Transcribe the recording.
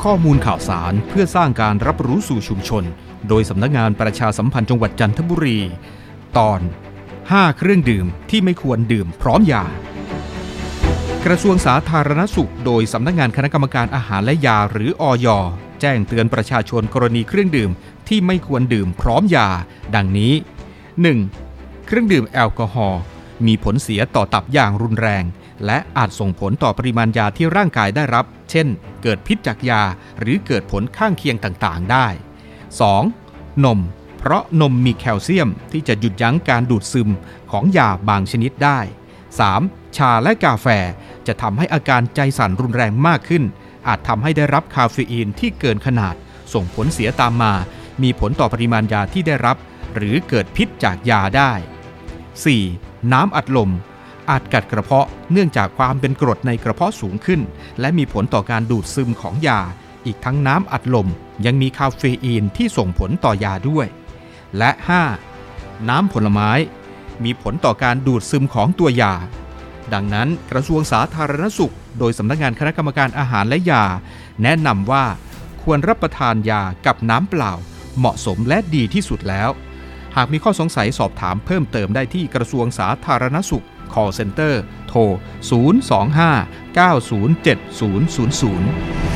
ข้อมูลข่าวสารเพื่อสร้างการรับรู้สู่ชุมชนโดยสำนักงานประชาสัมพันธ์จังหวัดจันทบุรีตอน5เครื่องดื่มที่ไม่ควรดื่มพร้อมยากระทรวงสาธารณสุขโดยสำนักงานคณะกรรมการอาหารและยาหรืออย.แจ้งเตือนประชาชนกรณีเครื่องดื่มที่ไม่ควรดื่มพร้อมยาดังนี้ 1. เครื่องดื่มแอลกอฮอล์มีผลเสียต่อตับอย่างรุนแรงและอาจส่งผลต่อปริมาณยาที่ร่างกายได้รับเช่นเกิดพิษจากยาหรือเกิดผลข้างเคียงต่างๆได้ 2. นมเพราะนมมีแคลเซียมที่จะหยุดยั้งการดูดซึมของยาบางชนิดได้ 3. ชาและกาแฟจะทำให้อาการใจสั่นรุนแรงมากขึ้นอาจทำให้ได้รับคาเฟอีนที่เกินขนาดส่งผลเสียตามมามีผลต่อปริมาณยาที่ได้รับหรือเกิดพิษจากยาได้ 4. น้ำอัดลมอาจกัดกระเพาะเนื่องจากความเป็นกรดในกระเพาะสูงขึ้นและมีผลต่อการดูดซึมของยาอีกทั้งน้ำอัดลมยังมีคาเฟอีนที่ส่งผลต่อยาด้วยและ 5. น้ำผลไม้มีผลต่อการดูดซึมของตัวยาดังนั้นกระทรวงสาธารณสุขโดยสำนักงานคณะกรรมการอาหารและยาแนะนำว่าควรรับประทานยากับน้ำเปล่าเหมาะสมและดีที่สุดแล้วหากมีข้อสงสัยสอบถามเพิ่มเติมได้ที่กระทรวงสาธารณสุข Call Center โทร 025 907 000